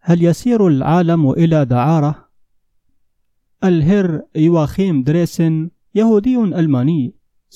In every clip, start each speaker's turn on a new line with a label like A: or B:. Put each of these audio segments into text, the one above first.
A: هل يسير العالم إلى دعارة؟ الهير يواخيم دريسن يهودي ألماني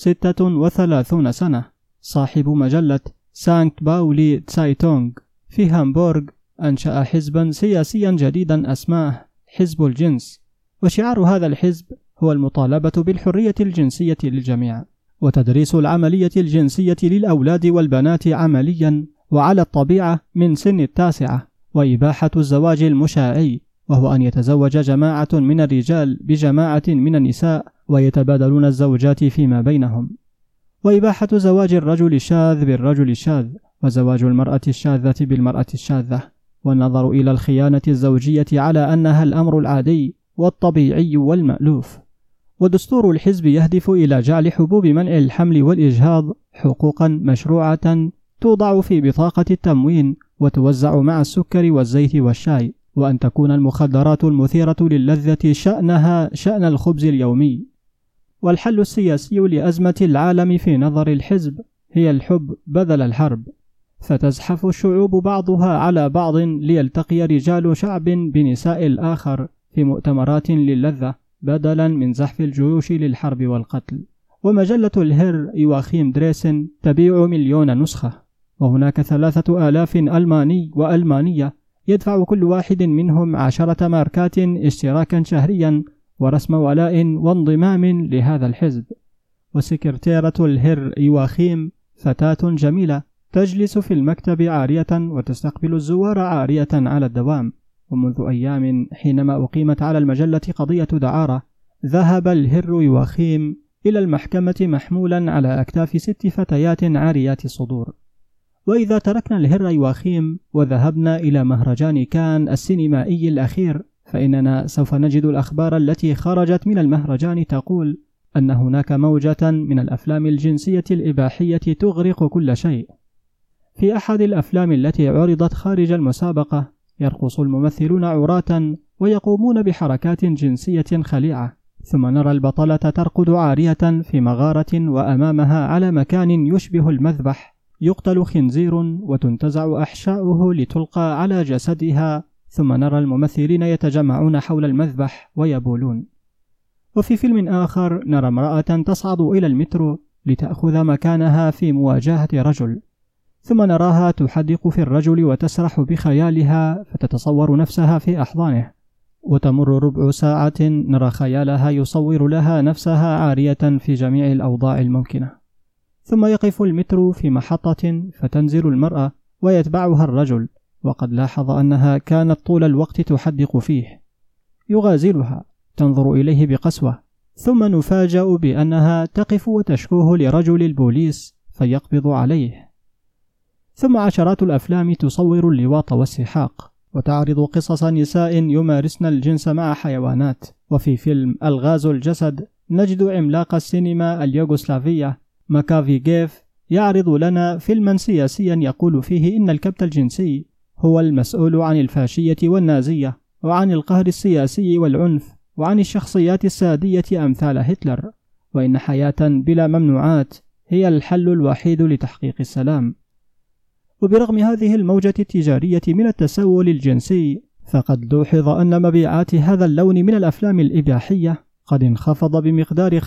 A: 36 سنة، صاحب مجلة سانكت باولي تسايتونغ في هامبورغ، أنشأ حزبا سياسيا جديدا اسماه حزب الجنس، وشعار هذا الحزب هو المطالبة بالحرية الجنسية للجميع، وتدريس العملية الجنسية للأولاد والبنات عمليا وعلى الطبيعة من سن 9، وإباحة الزواج المشاعي، وهو أن يتزوج جماعة من الرجال بجماعة من النساء ويتبادلون الزوجات فيما بينهم، وإباحة زواج الرجل الشاذ بالرجل الشاذ، وزواج المرأة الشاذة بالمرأة الشاذة، والنظر إلى الخيانة الزوجية على أنها الأمر العادي والطبيعي والمألوف. ودستور الحزب يهدف إلى جعل حبوب منع الحمل والإجهاض حقوقا مشروعة توضع في بطاقة التموين وتوزع مع السكر والزيت والشاي، وأن تكون المخدرات المثيرة للذة شأنها شأن الخبز اليومي. والحل السياسي لأزمة العالم في نظر الحزب هي الحب بدل الحرب، فتزحف الشعوب بعضها على بعض ليلتقي رجال شعب بنساء الآخر في مؤتمرات للذة بدلا من زحف الجيوش للحرب والقتل. ومجلة الهير يواخيم دريسن تبيع 1,000,000 نسخة، وهناك 3000 ألماني وألمانية يدفع كل واحد منهم 10 ماركات اشتراكا شهريا ورسم ولاء وانضمام لهذا الحزب. وسكرتيرة الهير يواخيم فتاة جميلة تجلس في المكتب عارية وتستقبل الزوار عارية على الدوام. ومنذ أيام حينما أقيمت على المجلة قضية دعارة، ذهب الهير يواخيم إلى المحكمة محمولا على أكتاف 6 فتيات عاريات الصدور. وإذا تركنا الهير يواخيم وذهبنا إلى مهرجان كان السينمائي الأخير، فإننا سوف نجد الأخبار التي خرجت من المهرجان تقول أن هناك موجة من الأفلام الجنسية الإباحية تغرق كل شيء. في أحد الأفلام التي عرضت خارج المسابقة يرقص الممثلون عراة ويقومون بحركات جنسية خليعة، ثم نرى البطلة ترقد عارية في مغارة، وأمامها على مكان يشبه المذبح يقتل خنزير وتنتزع أحشاؤه لتلقى على جسدها، ثم نرى الممثلين يتجمعون حول المذبح ويبولون. وفي فيلم آخر نرى امرأة تصعد إلى المترو لتأخذ مكانها في مواجهة رجل، ثم نراها تحدق في الرجل وتسرح بخيالها فتتصور نفسها في أحضانه، وتمر ربع ساعة نرى خيالها يصور لها نفسها عارية في جميع الأوضاع الممكنة، ثم يقف المترو في محطة فتنزل المرأة ويتبعها الرجل، وقد لاحظ أنها كانت طول الوقت تحدق فيه. يغازلها، تنظر إليه بقسوة، ثم نفاجأ بأنها تقف وتشكوه لرجل البوليس فيقبض عليه. ثم عشرات الأفلام تصور اللواط والسحاق، وتعرض قصص نساء يمارسن الجنس مع حيوانات. وفي فيلم ألغاز الجسد نجد عملاق السينما اليوغوسلافية ماكافيغيف يعرض لنا فيلما سياسيا يقول فيه إن الكبت الجنسي هو المسؤول عن الفاشية والنازية، وعن القهر السياسي والعنف، وعن الشخصيات السادية أمثال هتلر، وإن حياة بلا ممنوعات هي الحل الوحيد لتحقيق السلام. وبرغم هذه الموجة التجارية من التسول الجنسي، فقد لوحظ أن مبيعات هذا اللون من الأفلام الإباحية قد انخفض بمقدار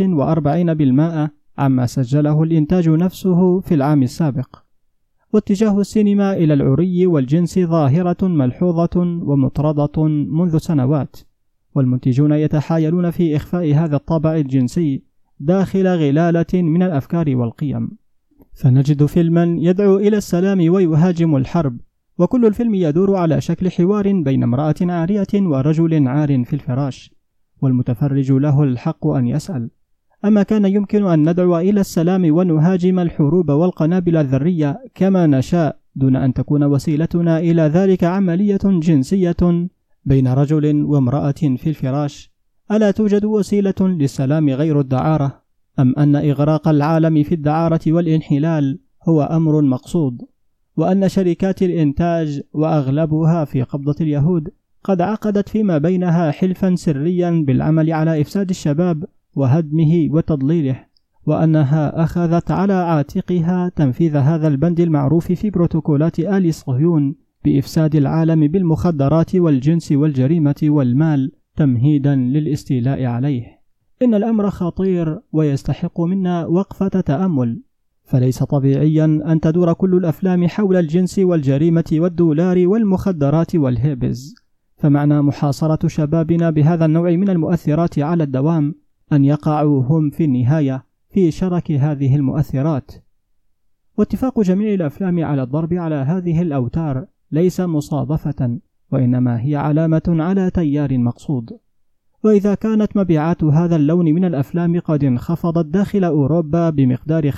A: 45% عما سجله الإنتاج نفسه في العام السابق. واتجاه السينما إلى العري والجنس ظاهرة ملحوظة ومطردة منذ سنوات، والمنتجون يتحايلون في إخفاء هذا الطابع الجنسي داخل غلالة من الأفكار والقيم. فنجد فيلما يدعو إلى السلام ويهاجم الحرب، وكل الفيلم يدور على شكل حوار بين امرأة عارية ورجل عار في الفراش، والمتفرج له الحق أن يسأل: أما كان يمكن أن ندعو إلى السلام ونهاجم الحروب والقنابل الذرية كما نشاء دون أن تكون وسيلتنا إلى ذلك عملية جنسية بين رجل وامرأة في الفراش؟ ألا توجد وسيلة للسلام غير الدعارة؟ أم أن إغراق العالم في الدعارة والانحلال هو أمر مقصود، وأن شركات الإنتاج وأغلبها في قبضة اليهود قد عقدت فيما بينها حلفا سريا بالعمل على إفساد الشباب وهدمه وتضليله، وأنها أخذت على عاتقها تنفيذ هذا البند المعروف في بروتوكولات آل صهيون بإفساد العالم بالمخدرات والجنس والجريمة والمال تمهيدا للاستيلاء عليه. إن الأمر خطير ويستحق منا وقفة تأمل، فليس طبيعيا أن تدور كل الأفلام حول الجنس والجريمة والدولار والمخدرات والهيبز، فمعنى محاصرة شبابنا بهذا النوع من المؤثرات على الدوام أن يقعوا هم في النهاية في شرك هذه المؤثرات. واتفاق جميع الأفلام على الضرب على هذه الأوتار ليس مصادفة، وإنما هي علامة على تيار مقصود. وإذا كانت مبيعات هذا اللون من الأفلام قد انخفضت داخل أوروبا بمقدار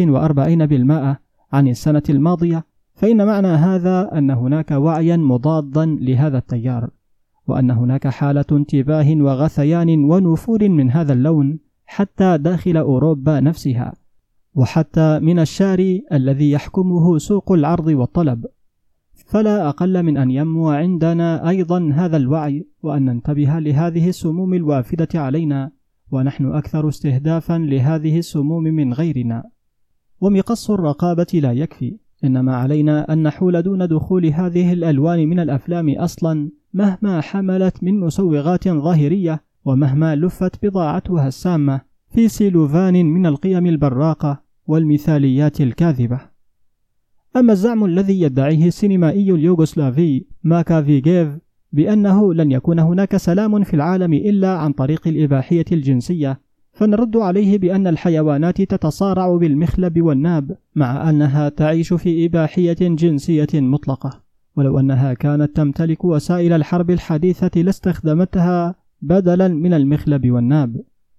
A: 45% عن السنة الماضية، فإن معنى هذا أن هناك وعيا مضادا لهذا التيار، وأن هناك حالة انتباه وغثيان ونفور من هذا اللون حتى داخل أوروبا نفسها، وحتى من الشاري الذي يحكمه سوق العرض والطلب. فلا أقل من أن ينمو عندنا أيضا هذا الوعي، وأن ننتبه لهذه السموم الوافدة علينا، ونحن أكثر استهدافا لهذه السموم من غيرنا. ومقص الرقابة لا يكفي، إنما علينا أن نحول دون دخول هذه الألوان من الأفلام أصلا، مهما حملت من مسوغات ظاهرية، ومهما لفت بضاعتها السامة في سيلوفان من القيم البراقة والمثاليات الكاذبة. أما الزعم الذي يدعيه السينمائي اليوغوسلافي ماكافيغيف بأنه لن يكون هناك سلام في العالم إلا عن طريق الإباحية الجنسية، فنرد عليه بأن الحيوانات تتصارع بالمخلب والناب مع أنها تعيش في إباحية جنسية مطلقة، ولو أنها كانت تمتلك وسائل الحرب الحديثة لاستخدمتها بدلا من المخلب والناب.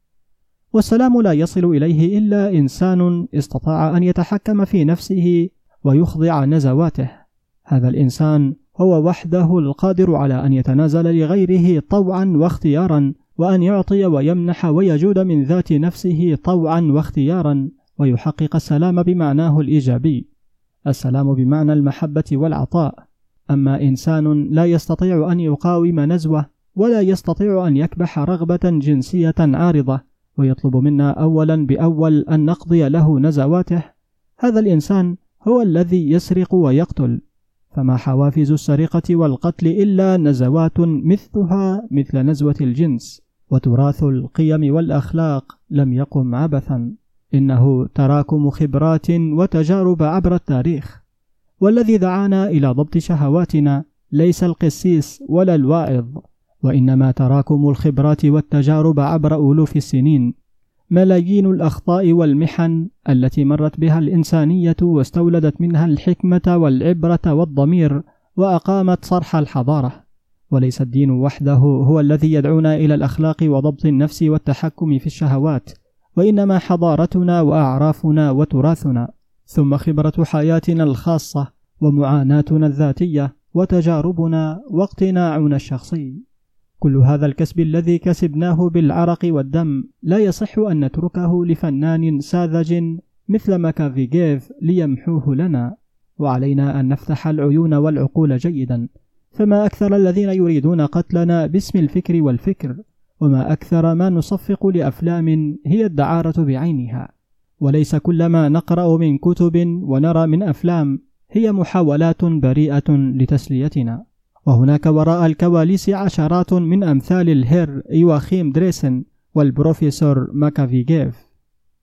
A: والسلام لا يصل إليه إلا إنسان استطاع أن يتحكم في نفسه ويخضع نزواته. هذا الإنسان هو وحده القادر على أن يتنازل لغيره طوعا واختيارا، وأن يعطي ويمنح ويجود من ذات نفسه طوعا واختيارا، ويحقق السلام بمعناه الإيجابي، السلام بمعنى المحبة والعطاء. أما إنسان لا يستطيع أن يقاوم نزوة، ولا يستطيع أن يكبح رغبة جنسية عارضة، ويطلب منا أولا بأول أن نقضي له نزواته، هذا الإنسان هو الذي يسرق ويقتل. فما حوافز السرقة والقتل إلا نزوات مثلها مثل نزوة الجنس، وتراث القيم والأخلاق لم يقم عبثا، إنه تراكم خبرات وتجارب عبر التاريخ. والذي دعانا إلى ضبط شهواتنا ليس القسيس ولا الواعظ، وإنما تراكم الخبرات والتجارب عبر ألوف السنين، ملايين الأخطاء والمحن التي مرت بها الإنسانية واستولدت منها الحكمة والعبرة والضمير، وأقامت صرح الحضارة. وليس الدين وحده هو الذي يدعونا إلى الأخلاق وضبط النفس والتحكم في الشهوات، وإنما حضارتنا وأعرافنا وتراثنا، ثم خبرة حياتنا الخاصة ومعاناتنا الذاتية وتجاربنا واقتناعنا الشخصي. كل هذا الكسب الذي كسبناه بالعرق والدم لا يصح أن نتركه لفنان ساذج مثل ماكافيغيف ليمحوه لنا، وعلينا أن نفتح العيون والعقول جيدا. فما أكثر الذين يريدون قتلنا باسم الفكر والفكر، وما أكثر ما نصفق لأفلام هي الدعارة بعينها. وليس كل ما نقرأ من كتب ونرى من أفلام هي محاولات بريئة لتسليتنا، وهناك وراء الكواليس عشرات من أمثال الهير يواخيم دريسن والبروفيسور ماكافيغيف.